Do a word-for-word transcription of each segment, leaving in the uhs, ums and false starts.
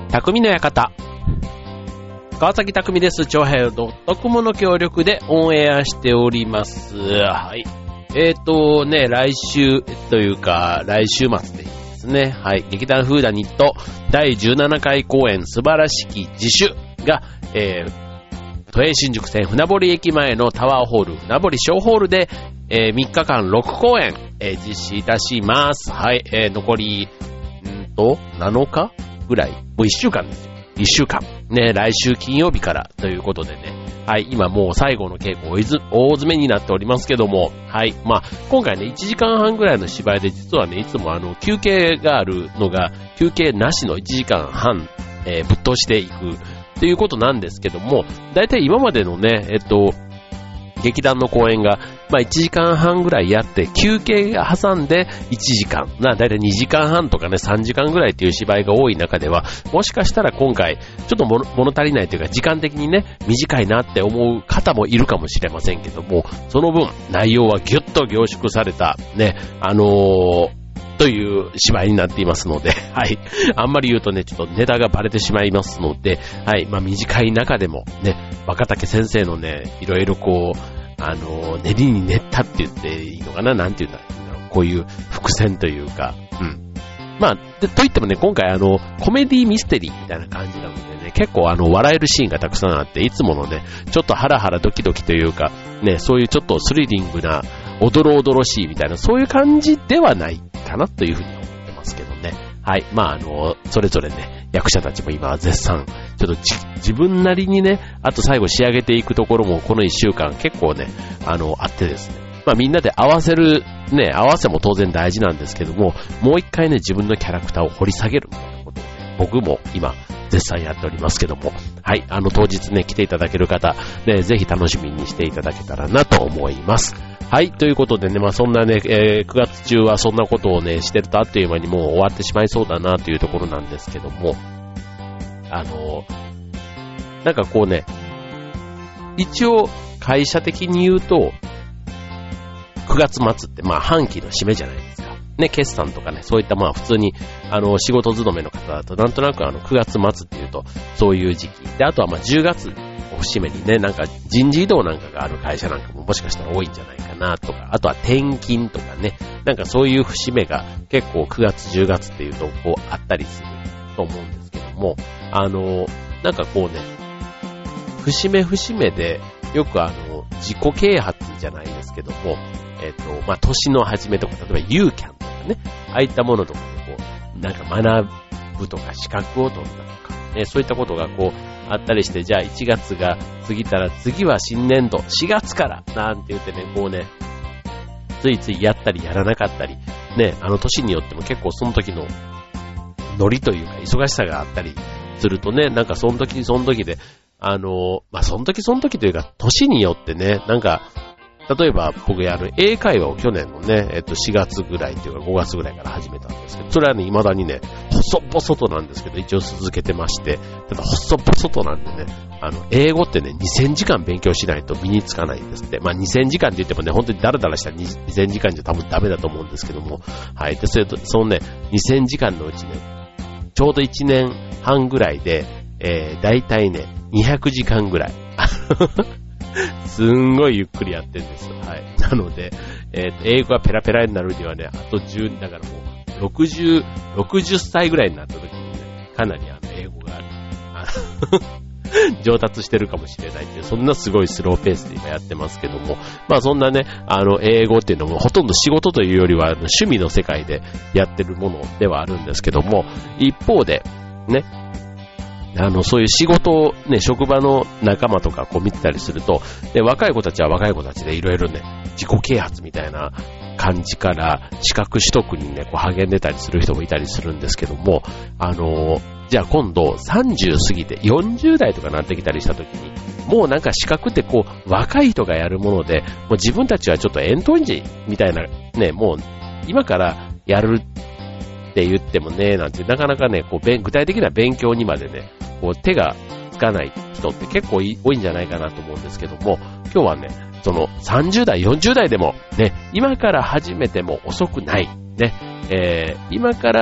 匠の館。川崎匠です。長平ドットコムの協力でオンエアしております。はい。えっとね、来週というか、来週末でいいですね。はい。劇団フーダニットだいじゅうななかい公演素晴らしき自主が、えー、都営新宿線船堀駅前のタワーホール、船堀小ホールで、えー、みっかかんろくこうえん、えー、実施いたします。はい。えー、残り、んと、なのかぐらい。もういっしゅうかんですよ。いっしゅうかん。ね、来週金曜日からということでね。はい、今もう最後の稽古大詰めになっておりますけども、はい、まあ、今回ね、いちじかんはんぐらいの芝居で実はね、いつもあの、休憩があるのが、休憩なしのいちじかんはん、えー、ぶっ通していくっていうことなんですけども、だいたい今までのね、えっと、劇団の公演が、まあいちじかんはんぐらいやって、休憩が挟んでいちじかん。な、だいたいにじかんはんとかね、さんじかんぐらいっていう芝居が多い中では、もしかしたら今回、ちょっと物足りないというか、時間的にね、短いなって思う方もいるかもしれませんけども、その分、内容はギュッと凝縮された、ね、あのー、という芝居になっていますので、はい。あんまり言うとね、ちょっとネタがバレてしまいますので、はい。まあ短い中でもね、若竹先生のね、いろいろこう、あの、練りに練ったって言っていいのかな、なんて言うんだろう。こういう伏線というか、うん。まあ、でと言ってもね、今回あの、コメディミステリーみたいな感じなのでね、結構あの、笑えるシーンがたくさんあって、いつものね、ちょっとハラハラドキドキというか、ね、そういうちょっとスリリングな、おどろおどろしいみたいな、そういう感じではないかなというふうに思ってますけどね。はい。まあ、あの、それぞれね、役者たちも今絶賛、ちょっと自分なりにね、あと最後仕上げていくところもこの一週間結構ね、あの、あってですね。まあみんなで合わせる、ね、合わせも当然大事なんですけども、もう一回ね、自分のキャラクターを掘り下げるみたいなことをね、僕も今、絶賛やっておりますけども、はい。あの、当日ね、来ていただける方、ね、ぜひ楽しみにしていただけたらなと思います。はい。ということでね、まあそんなね、えー、くがつ中はそんなことをね、してるとあっという間にもう終わってしまいそうだなというところなんですけども、あの、なんかこうね、一応会社的に言うと、くがつ末ってまあ半期の締めじゃないですか。ね、決算とかね、そういったまあ普通に、あの、仕事勤めの方だとなんとなくあのくがつ末っていうと、そういう時期。で、あとはまあじゅうがつを節目にね、なんか人事異動なんかがある会社なんかももしかしたら多いんじゃないかなとか、あとは転勤とかね、なんかそういう節目が結構くがつじゅうがつっていうとこうあったりすると思うんですけども、あの、なんかこうね、節目節目でよくあの、自己啓発じゃないですけども、えっと、まあ、年の初めとか、例えばユーキャンとかね、ああいったものとかでこう、なんか学ぶとか資格を取るとか、ね、そういったことがこう、あったりして、じゃあいちがつが過ぎたら次は新年度、しがつからなんて言ってね、こうね、ついついやったりやらなかったり、ね、あの年によっても結構その時のノリというか忙しさがあったりするとね、なんかその時その時で、あの、まあ、その時その時というか、年によってね、なんか、例えば僕やる英会話を去年のね、えっとしがつぐらいっていうかごがつぐらいから始めたんですけど、それはね、未だにね、細々となんですけど、一応続けてまして、ただ細々となんでね、あの、英語ってね、にせんじかん勉強しないと身につかないんですって。まあ、にせんじかんって言ってもね、本当にダラダラしたにせんじかんじゃ多分ダメだと思うんですけども、はい。で、それと、そのね、にせんじかんのうちね、ちょうどいちねんはんぐらいで、えー、だいたいね、にひゃくじかんぐらい。すんごいゆっくりやってるんです。はい。なので、えー、英語がペラペラになるにはね、あとじゅう、だからもう、ろくじゅう、ろくじゅっさいぐらいになった時にね、かなりあの、英語が、あの上達してるかもしれないっていう、そんなすごいスローペースで今やってますけども、まあそんなね、あの、英語っていうのもほとんど仕事というよりは趣味の世界でやってるものではあるんですけども、一方で、ね、あの、そういう仕事をね、職場の仲間とかこう見てたりすると、で、若い子たちは若い子たちでいろいろね、自己啓発みたいな感じから資格取得にね、こう励んでたりする人もいたりするんですけども、あの、じゃあ今度さんじゅう過ぎてよんじゅう代とかなってきたりした時に、もうなんか資格ってこう、若い人がやるもので、もう自分たちはちょっと遠遁時みたいなね、もう今からやるって言ってもね、なんてなかなかね、こう具体的な勉強にまでね、こう手がつかない人って結構多いんじゃないかなと思うんですけども、今日はね、そのさんじゅう代、よんじゅう代でもね、今から始めても遅くない。ね、えー、今から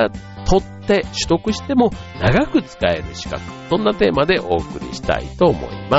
取って取得しても長く使える資格、そんなテーマでお送りしたいと思います。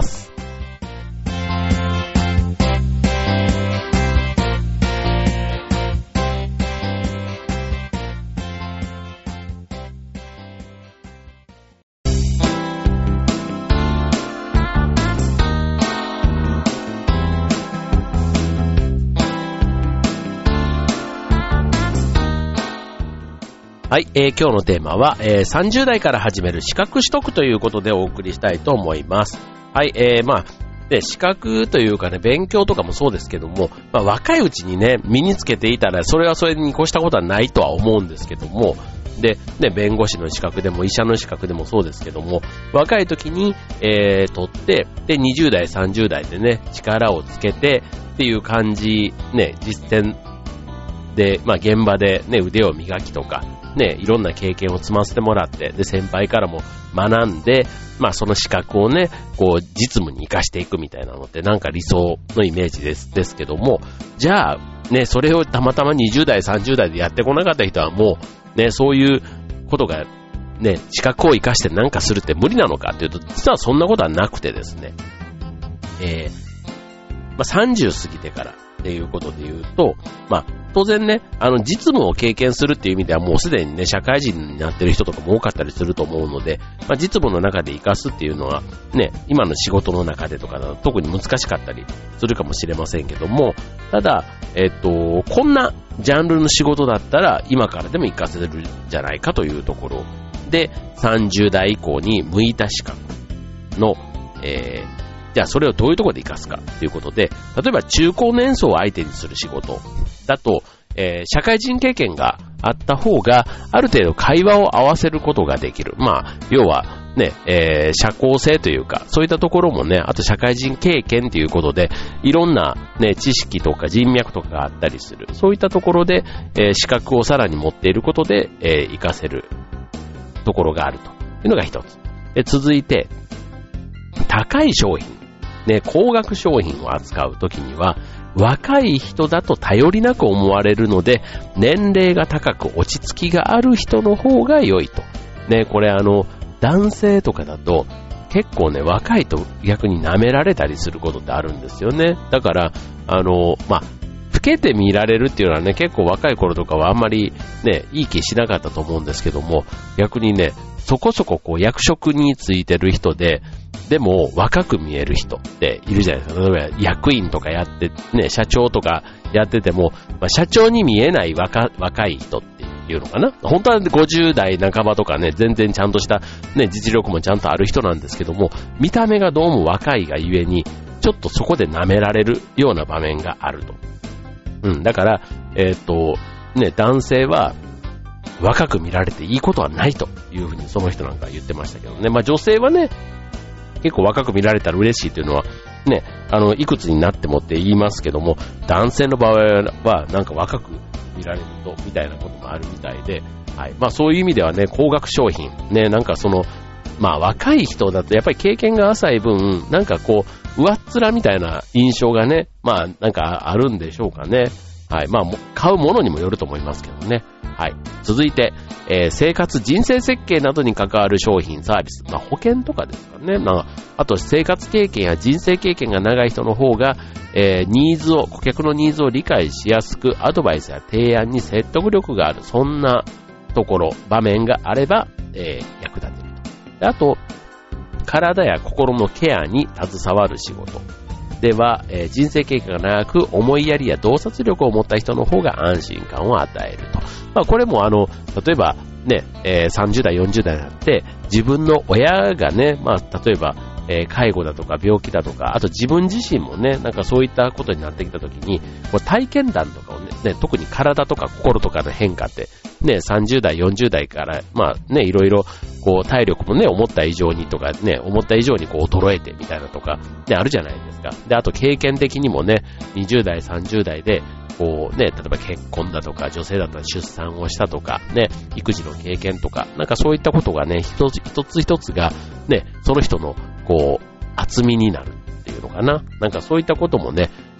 はい、えー、今日のテーマは、えー、さんじゅう代から始める資格取得ということでお送りしたいと思います。はい、えー、まあ、で、資格というかね、勉強とかもそうですけども、まあ、若いうちにね、身につけていたら、それはそれに越したことはないとは思うんですけども、で、ね、弁護士の資格でも医者の資格でもそうですけども、若い時に、えー、取って、で、にじゅう代、さんじゅう代でね、力をつけてっていう感じ、ね、実践で、まあ、現場でね、腕を磨きとか、ね、いろんな経験を積ませてもらって、で、先輩からも学んで、まあ、その資格をね、こう、実務に活かしていくみたいなのって、なんか理想のイメージです、ですけども、じゃあ、ね、それをたまたまにじゅう代、さんじゅう代でやってこなかった人はもう、ね、そういうことが、ね、資格を活かしてなんかするって無理なのかっていうと、実はそんなことはなくてですね、えー、まあ、さんじゅう過ぎてからっていうことで言うと、まあ、当然ね、あの、実務を経験するっていう意味ではもうすでにね、社会人になってる人とかも多かったりすると思うので、まあ、実務の中で活かすっていうのは、ね、今の仕事の中でとか特に難しかったりするかもしれませんけども、ただ、えっと、こんなジャンルの仕事だったら今からでも活かせるんじゃないかというところで、さんじゅう代以降に向いた資格の、えー、じゃあそれをどういうところで活かすかということで、例えば中高年層を相手にする仕事だと、えー、社会人経験があった方がある程度会話を合わせることができる。まあ要はね、えー、社交性というかそういったところもね、あと社会人経験ということでいろんなね知識とか人脈とかがあったりする。そういったところで、えー、資格をさらに持っていることで、えー、活かせるところがあるというのが一つ。で、続いて高い商品。ね、高額商品を扱うときには若い人だと頼りなく思われるので、年齢が高く落ち着きがある人の方が良いと。ね、これあの男性とかだと結構ね、若いと逆に舐められたりすることってあるんですよね。だからあのまあ老けて見られるっていうのはね、結構若い頃とかはあんまりねいい気しなかったと思うんですけども、逆にねそこそここう役職についてる人ででも若く見える人っているじゃないですか。例えば役員とかやってね、社長とかやってても、まあ、社長に見えない若若い人っていうのかな。本当はごじゅう代半ばとかね、全然ちゃんとしたね実力もちゃんとある人なんですけども、見た目がどうも若いがゆえにちょっとそこで舐められるような場面があると。うん、だからえっとね、男性は若く見られていいことはないというふうにその人なんか言ってましたけどね。まあ女性はね、結構若く見られたら嬉しいというのはね、あのいくつになってもって言いますけども、男性の場合はなんか若く見られるとみたいなこともあるみたいで、はい、まあそういう意味ではね、高額商品ね、なんかそのまあ若い人だとやっぱり経験が浅い分、なんかこう上っ面みたいな印象がね、まあなんかあるんでしょうかね。はい。まあ、買うものにもよると思いますけどね。はい。続いて、えー、生活、人生設計などに関わる商品、サービス。まあ、保険とかですかね。まあ、あと、生活経験や人生経験が長い人の方が、えー、ニーズを、顧客のニーズを理解しやすく、アドバイスや提案に説得力がある。そんなところ、場面があれば、えー、役立てると。で、あと、体や心のケアに携わる仕事。では、えー、人生経験が長く思いやりや洞察力を持った人の方が安心感を与えると。まあこれもあの、例えばね、えー、さんじゅう代、よんじゅう代になって自分の親がね、まあ例えば、えー、介護だとか病気だとか、あと自分自身もね、なんかそういったことになってきたときに、こう体験談とかをね、ね、特に体とか心とかの変化ってね、さんじゅう代、よんじゅう代から、まあね、いろいろ、こう、体力もね、思った以上にとかね、思った以上にこう、衰えてみたいなとか、ね、あるじゃないですか。で、あと経験的にもね、にじゅう代、さんじゅう代で、こうね、例えば結婚だとか、女性だったら出産をしたとか、ね、育児の経験とか、なんかそういったことがね、一つ一つ一つが、ね、その人の、こう、厚みになるっていうのかな。なんかそういったこともね、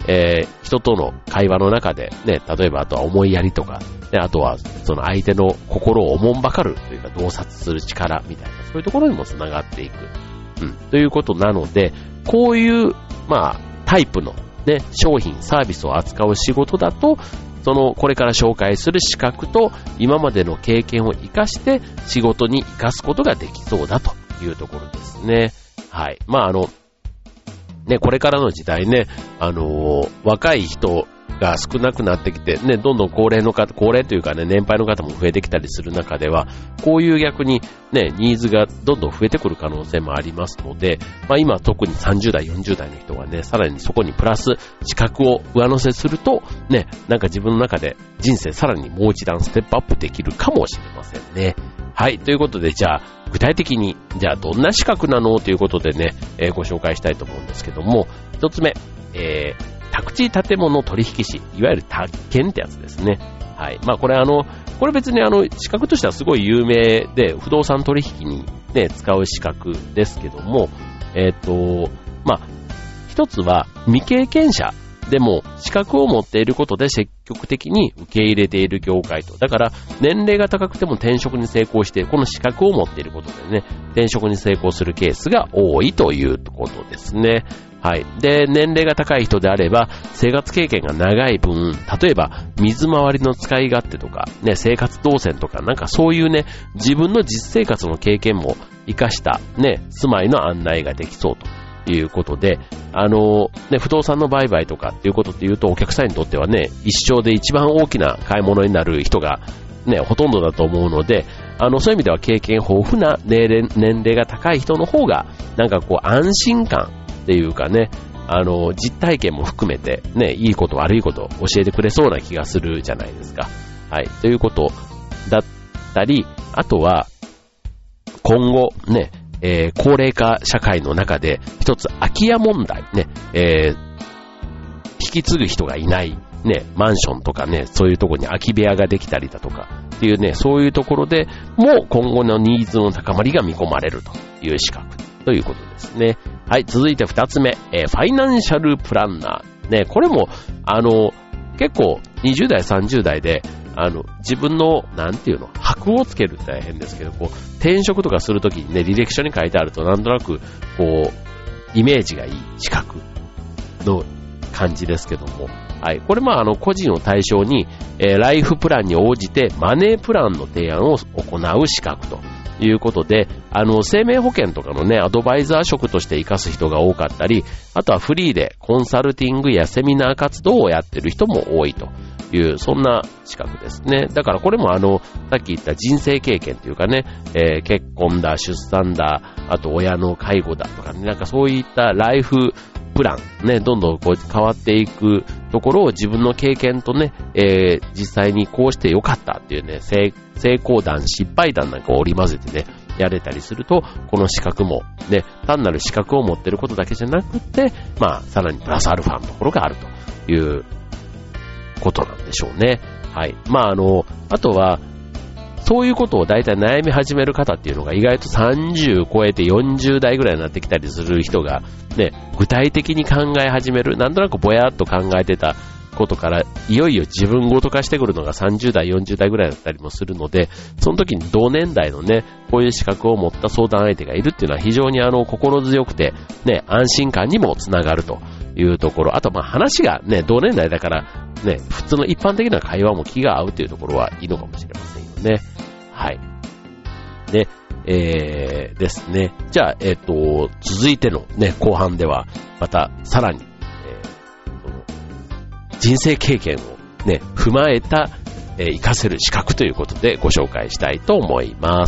えー、人との会話の中でね、例えばあとは思いやりとか、ね、あとはその相手の心をおもんばかるというか洞察する力みたいな、そういうところにもつながっていく。うん、ということなので、こういう、まあ、タイプのね、商品、サービスを扱う仕事だと、その、これから紹介する資格と今までの経験を活かして仕事に活かすことができそうだというところですね。はい。まあ、あの、ね、これからの時代ね、あのー、若い人が少なくなってきて、ね、どんどん高齢の方、高齢というかね、年配の方も増えてきたりする中では、こういう逆にね、ニーズがどんどん増えてくる可能性もありますので、まあ今特にさんじゅう代、よんじゅう代の人はね、さらにそこにプラス資格を上乗せすると、ね、なんか自分の中で人生さらにもう一段ステップアップできるかもしれませんね。はい、ということで、じゃあ、具体的に、じゃあどんな資格なのということでね、えー、ご紹介したいと思うんですけども、一つ目、えー、宅地建物取引士、いわゆる宅建ってやつですね。はい。まあこれあの、これ別にあの、資格としてはすごい有名で、不動産取引にね、使う資格ですけども、えっと、まあ、一つは未経験者でも資格を持っていることで積極的に受け入れている業界と。だから年齢が高くても転職に成功している、この資格を持っていることでね、転職に成功するケースが多いということですね。はい。で、年齢が高い人であれば、生活経験が長い分、例えば、水回りの使い勝手とか、ね、生活動線とか、なんかそういうね、自分の実生活の経験も活かした、ね、住まいの案内ができそうということで、あの、ね、不動産の売買とかっていうことで言うと、お客さんにとってはね、一生で一番大きな買い物になる人が、ね、ほとんどだと思うので、あの、そういう意味では経験豊富な年齢、年齢が高い人の方が、なんかこう、安心感、っていうかね、あの、実体験も含めてね、いいこと悪いこと教えてくれそうな気がするじゃないですか。はい。ということだったり、あとは、今後ね、えー、高齢化社会の中で一つ空き家問題ね、えー、引き継ぐ人がいないね、マンションとかね、そういうところに空き部屋ができたりだとかっていうね、そういうところでも今後のニーズの高まりが見込まれるという資格ということですね。はい、続いて二つ目、えー、ファイナンシャルプランナー。ね、これも、あの、結構にじゅう代、さんじゅう代で、あの、自分の、なんていうの、箔をつけるって大変ですけど、こう、転職とかするときにね、履歴書に書いてあると、なんとなく、こう、イメージがいい資格の感じですけども、はい、これまあ、あの、個人を対象に、えー、ライフプランに応じて、マネープランの提案を行う資格と。いうことで、あの、生命保険とかのね、アドバイザー職として活かす人が多かったり、あとはフリーでコンサルティングやセミナー活動をやってる人も多いという、そんな資格ですね。だからこれもあの、さっき言った人生経験というかね、えー、結婚だ、出産だ、あと親の介護だとかね、なんかそういったライフプラン、ね、どんどんこう変わっていくところを自分の経験とね、えー、実際にこうしてよかったっていうね、成成功談、失敗談なんかを織り交ぜてね、やれたりすると、この資格もね、単なる資格を持ってることだけじゃなくて、まあ、さらにプラスアルファのところがあるということなんでしょうね。はい。まあ、あの、あとは、そういうことを大体悩み始める方っていうのが意外とさんじゅう超えてよんじゅう代ぐらいになってきたりする人がね、具体的に考え始める、なんとなくぼやっと考えてたことからいよいよ自分ごと化してくるのがさんじゅう代、よんじゅう代ぐらいだったりもするので、その時に同年代のね、こういう資格を持った相談相手がいるっていうのは非常にあの心強くてね、安心感にもつながるというところ。あとまあ話がね、同年代だからね、普通の一般的な会話も気が合うというところはいいのかもしれませんよね。はい。で、えー、ですね。じゃあ、えっと、続いてのね、後半では、また、さらに、えー、その人生経験をね、踏まえた、えー、活かせる資格ということでご紹介したいと思います。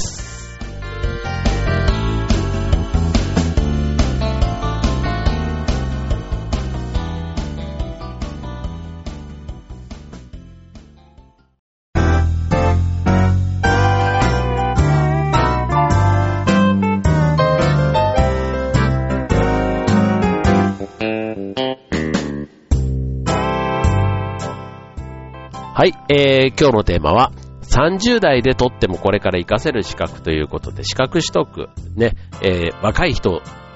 はい、えー、今日のテーマはさんじゅう代で取ってもこれから活かせる資格ということで、資格取得ね、えー、若い人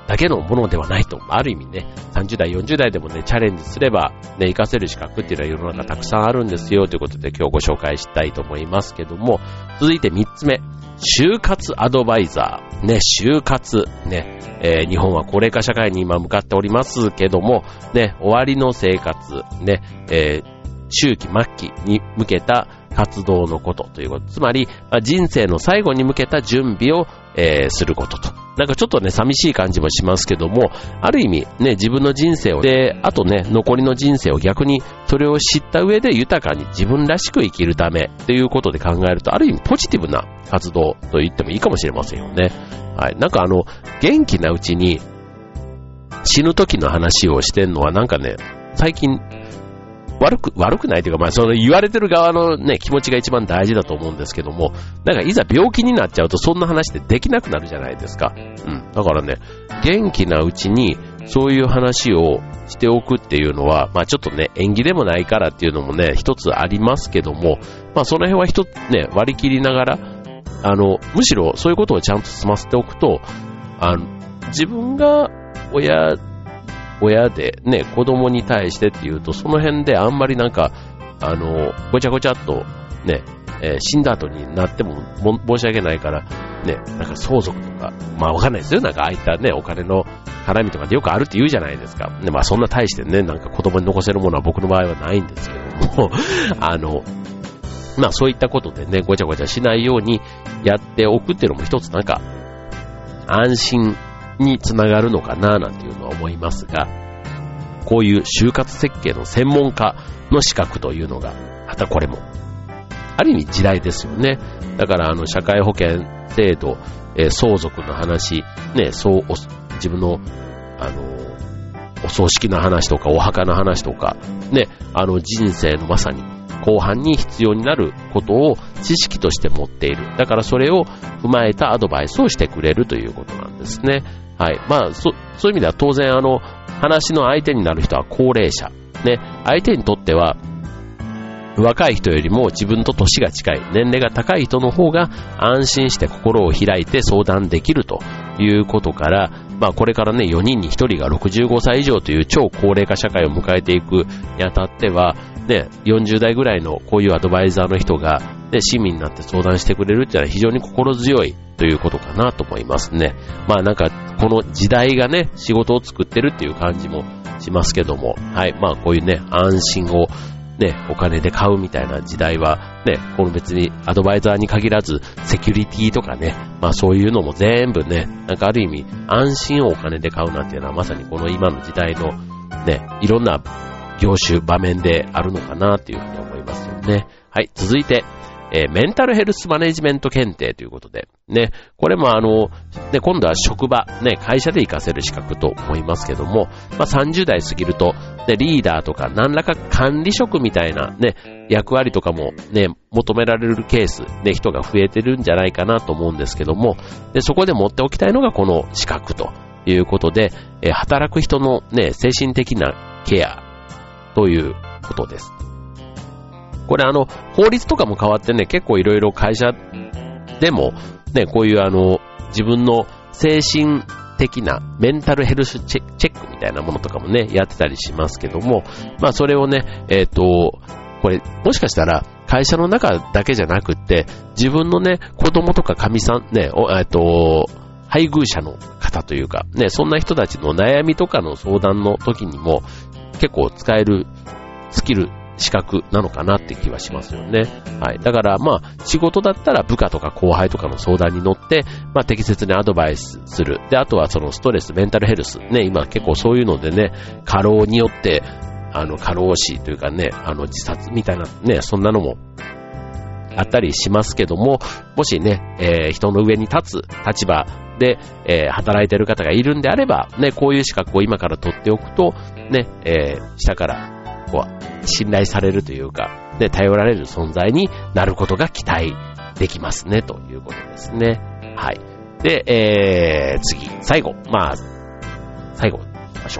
だけのものではないと。ある意味ね、さんじゅう代、よんじゅう代でもね、チャレンジすれば、ね、活かせる資格っていうのは世の中たくさんあるんですよということで今日ご紹介したいと思いますけども、続いてみっつめ、就活アドバイザー。ね、就活。ね、えー、日本は高齢化社会に今向かっておりますけども、ね、終わりの生活、ね、えー、中期末期に向けた活動のことということ。つまり、人生の最後に向けた準備を、えー、することと。なんかちょっとね、寂しい感じもしますけども、ある意味ね、自分の人生を、で、あとね、残りの人生を逆にそれを知った上で豊かに自分らしく生きるためということで考えると、ある意味ポジティブな活動と言ってもいいかもしれませんよね。はい。なんかあの、元気なうちに死ぬ時の話をしてんのはなんかね、最近、悪く、悪くないというか、まあ、その言われてる側のね、気持ちが一番大事だと思うんですけども、なんかいざ病気になっちゃうとそんな話ってできなくなるじゃないですか。うん。だからね、元気なうちにそういう話をしておくっていうのは、まあちょっとね、縁起でもないからっていうのもね、一つありますけども、まあその辺は一つね、割り切りながら、あの、むしろそういうことをちゃんと済ませておくと、あの、自分が親、親でね、子供に対してっていうと、その辺であんまりなんか、あの、ごちゃごちゃっとね、えー、死んだ後になってもも申し訳ないから、ね、なんか相続とか、まあわかんないですよ。なんかああいったね、お金の絡みとかでよくあるって言うじゃないですか。ね、まあそんな大してね、なんか子供に残せるものは僕の場合はないんですけども、あの、まあそういったことでね、ごちゃごちゃしないようにやっておくっていうのも一つなんか、安心につながるのかななんていうのは思いますが、こういう就活設計の専門家の資格というのが、またこれも、ある意味時代ですよね。だからあの社会保険制度、えー、相続の話、ね、そうお自分のあのお葬式の話とかお墓の話とか、ね、あの人生のまさに後半に必要になることを知識として持っている。だからそれを踏まえたアドバイスをしてくれるということなんですね。はい。まあ、そ、そういう意味では当然あの、話の相手になる人は高齢者。ね。相手にとっては、若い人よりも自分と年が近い、年齢が高い人の方が安心して心を開いて相談できるということから、まあこれからね、よにんにひとりがろくじゅうごさい以上という超高齢化社会を迎えていくにあたっては、ね、よんじゅう代ぐらいのこういうアドバイザーの人が、ね、市民になって相談してくれるっていうのは非常に心強いということかなと思いますね。まあなんかこの時代がね、仕事を作ってるっていう感じもしますけども、はい、まあこういうね、安心をね、お金で買うみたいな時代はね、この別にアドバイザーに限らずセキュリティとかね、まあそういうのも全部ね、なんかある意味安心をお金で買うなんていうのはまさにこの今の時代のね、いろんな業種場面であるのかなっていうふうに思いますよね。はい、続いて、えー、メンタルヘルスマネジメント検定ということで、ね、これもあの、ね、今度は職場、ね、会社で活かせる資格と思いますけども、まあさんじゅう代過ぎると、ね、リーダーとか何らか管理職みたいなね、役割とかもね、求められるケース、ね、人が増えてるんじゃないかなと思うんですけども、で、そこで持っておきたいのがこの資格ということで、えー、働く人のね、精神的なケアということです。これあの、法律とかも変わってね、結構いろいろ会社でもね、こういうあの、自分の精神的なメンタルヘルスチェックみたいなものとかもね、やってたりしますけども、まあそれをね、えっと、これもしかしたら会社の中だけじゃなくって、自分のね、子供とか神さん、ね、えっと、配偶者の方というか、ね、そんな人たちの悩みとかの相談の時にも結構使えるスキル、資格なのかなって気はしますよね。はい。だからまあ仕事だったら部下とか後輩とかの相談に乗って、まあ適切にアドバイスする。で、あとはそのストレス、メンタルヘルス。ね、今結構そういうのでね、過労によって、あの過労死というかね、あの自殺みたいなね、そんなのもあったりしますけども、もしね、えー、人の上に立つ立場で、えー、働いている方がいるんであれば、ね、こういう資格を今から取っておくと、ね、えー、下からこう信頼されるというか、ね、頼られる存在になることが期待できますね、ということですね。はい。で、えー、次、最後。まあ、最後、行きましょうか。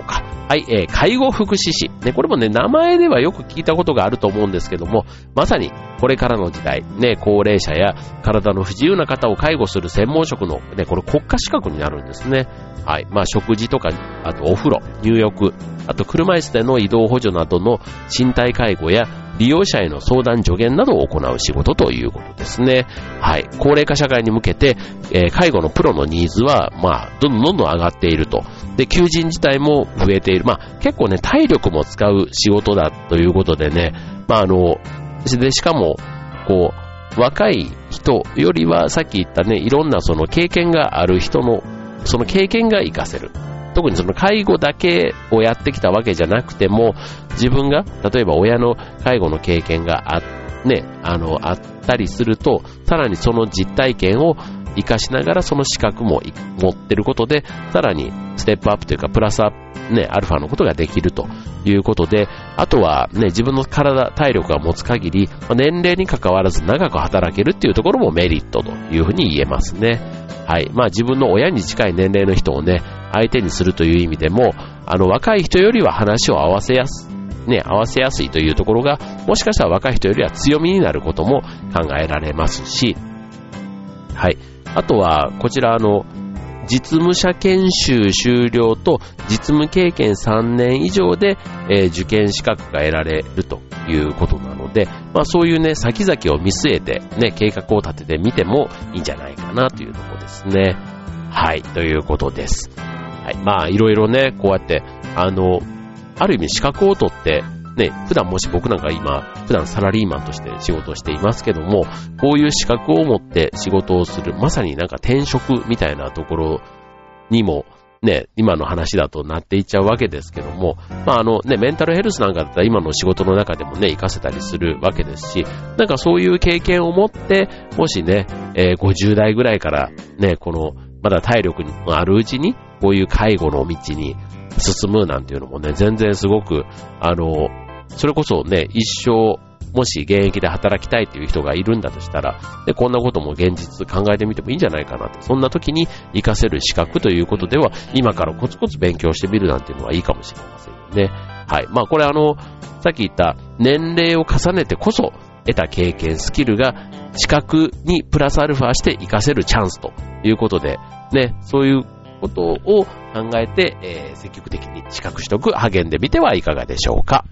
はい、えー、介護福祉士。ね、これもね、名前ではよく聞いたことがあると思うんですけども、まさにこれからの時代、ね、高齢者や体の不自由な方を介護する専門職の、ね、これ国家資格になるんですね。はい、まあ食事とか、あとお風呂、入浴、あと車椅子での移動補助などの身体介護や利用者への相談助言などを行う仕事ということですね。はい。高齢化社会に向けて、えー、介護のプロのニーズは、まあ、どんどんどんどん上がっていると。で、求人自体も増えている。まあ、結構ね、体力も使う仕事だということでね、まあ、あの、で、しかも、こう、若い人よりは、さっき言ったね、いろんなその経験がある人の、その経験が活かせる。特にその介護だけをやってきたわけじゃなくても、自分が、例えば親の介護の経験があ、ね、あの、あったりすると、さらにその実体験を活かしながらその資格も持ってることで、さらにステップアップというか、プラスアップ、ね、アルファのことができるということで、あとはね、自分の体、体力が持つ限り、年齢に関わらず長く働けるっていうところもメリットというふうに言えますね。はい。まあ自分の親に近い年齢の人をね、相手にするという意味でも、あの若い人よりは話を合わせやす、ね、合わせやすいというところが、もしかしたら若い人よりは強みになることも考えられますし、はい。あとは、こちらあの、実務者研修修了と実務経験さんねん以上で、えー、受験資格が得られるということなので、まあそういうね、先々を見据えてね、計画を立ててみてもいいんじゃないかなというところですね。はい、ということです。はい、まあいろいろね、こうやって、あの、ある意味資格を取って、ね、普段もし僕なんか今、普段サラリーマンとして仕事をしていますけども、こういう資格を持って仕事をする、まさになんか転職みたいなところにも、ね、今の話だとなっていっちゃうわけですけども、まああのね、メンタルヘルスなんかだったら今の仕事の中でもね、活かせたりするわけですし、なんかそういう経験を持って、もしね、えー、ごじゅう代ぐらいからね、この、まだ体力のあるうちに、こういう介護の道に進むなんていうのもね、全然すごく、あの、それこそね、一生、もし現役で働きたいという人がいるんだとしたら、で、こんなことも現実考えてみてもいいんじゃないかなと。そんな時に活かせる資格ということでは、今からコツコツ勉強してみるなんていうのはいいかもしれませんよね。はい。まあこれあの、さっき言った年齢を重ねてこそ得た経験、スキルが資格にプラスアルファして活かせるチャンスということで、ね、そういうことを考えて、えー、積極的に資格取得励んでみてはいかがでしょうか。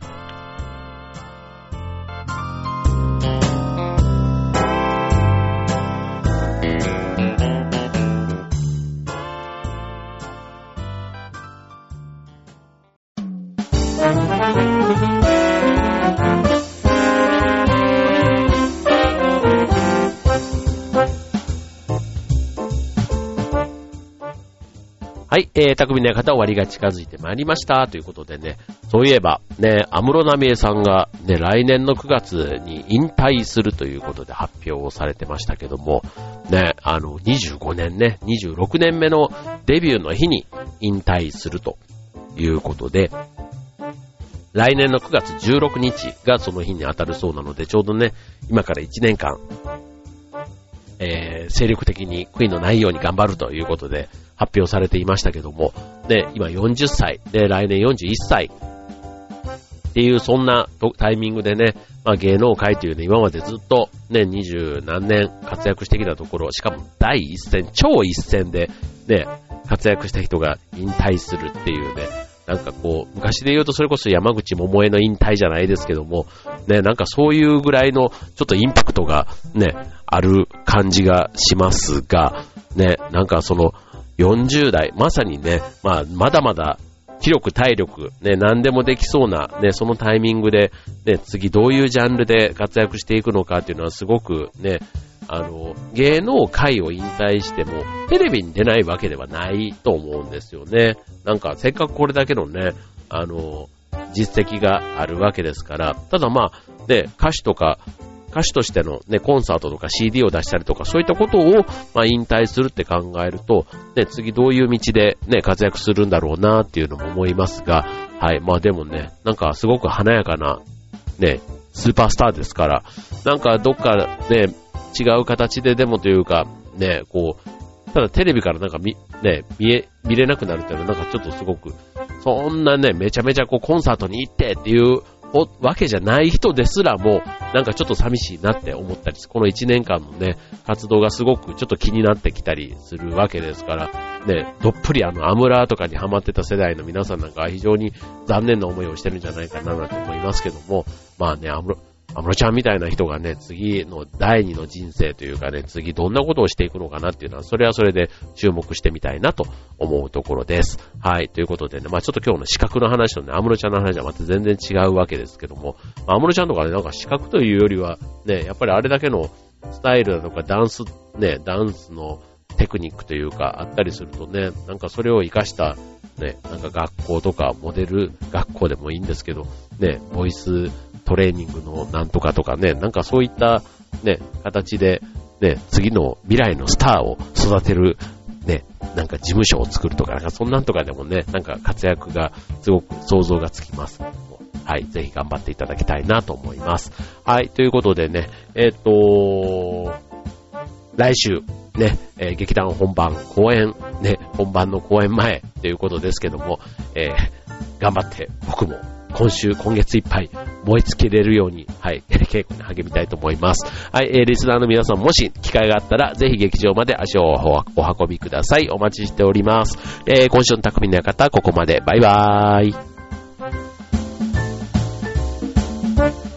はい、えー、匠の館終わりが近づいてまいりましたということでね、そういえばね、安室奈美恵さんがね、来年のくがつに引退するということで発表をされてましたけども、ね、あの、にじゅうごねんね、にじゅうろくねんめのデビューの日に引退するということで、来年のくがつじゅうろくにちがその日に当たるそうなので、ちょうどね、今からいちねんかん、えー、精力的に悔いのないように頑張るということで発表されていましたけども、で、今よんじゅっさいで来年よんじゅういっさいっていうそんなタイミングでね、まあ芸能界というね、今までずっとね、二十何年活躍してきたところ、しかも第一線、超一線でね、活躍した人が引退するっていうね、なんかこう、昔で言うとそれこそ山口百恵の引退じゃないですけども、ね、なんかそういうぐらいのちょっとインパクトがね、ある感じがしますが、ね、なんかそのよんじゅう代、まさにね、まあまだまだ気力体力、ね、何でもできそうな、ね、そのタイミングで、ね、次どういうジャンルで活躍していくのかっていうのはすごくね、あの、芸能界を引退してもテレビに出ないわけではないと思うんですよね。なんかせっかくこれだけのね、あの、実績があるわけですから、ただまあ、ね、歌手とか、歌手としてのね、コンサートとか シーディー を出したりとか、そういったことを、まあ、引退するって考えると、ね、次どういう道でね、活躍するんだろうなっていうのも思いますが、はい、まあでもね、なんかすごく華やかな、ね、スーパースターですから、なんかどっかね、違う形ででもというか、ね、こう、ただテレビからなんか見、ね、見え、見れなくなるっていうのはなんかちょっとすごくそんなね、めちゃめちゃこうコンサートに行ってっていうわけじゃない人ですらも、なんかちょっと寂しいなって思ったり、このいちねんかんのね、活動がすごくちょっと気になってきたりするわけですから、ね、どっぷりあの、アムラーとかにハマってた世代の皆さんなんかは非常に残念な思いをしてるんじゃないかななんて思いますけども、まあね、アムロ、アムロちゃんみたいな人がね、次の第二の人生というかね、次どんなことをしていくのかなっていうのは、それはそれで注目してみたいなと思うところです。はい、ということでね、まあちょっと今日の資格の話とね、アムロちゃんの話はまた全然違うわけですけども、アムロちゃんとかね、なんか資格というよりは、ね、やっぱりあれだけのスタイルだとかダンス、ね、ダンスのテクニックというかあったりするとね、なんかそれを活かしたね、なんか学校とかモデル学校でもいいんですけど、ね、ボイストレーニングのなんとかとかね、なんかそういったね、形でね、次の未来のスターを育てるね、なんか事務所を作るとか、なんかそんなんとかでもね、なんか活躍がすごく想像がつきます。はい、ぜひ頑張っていただきたいなと思います。はい、ということでね、えっと、来週、ね、えー、劇団本番公演、ね、本番の公演前ということですけども、えー、頑張って僕も今週、今月いっぱい燃え尽きれるように、はい、稽古に励みたいと思います。はい、えー、リスナーの皆さんもし機会があったら、ぜひ劇場まで足をお運びください。お待ちしております。えー、今週の匠の館、ここまで。バイバーイ。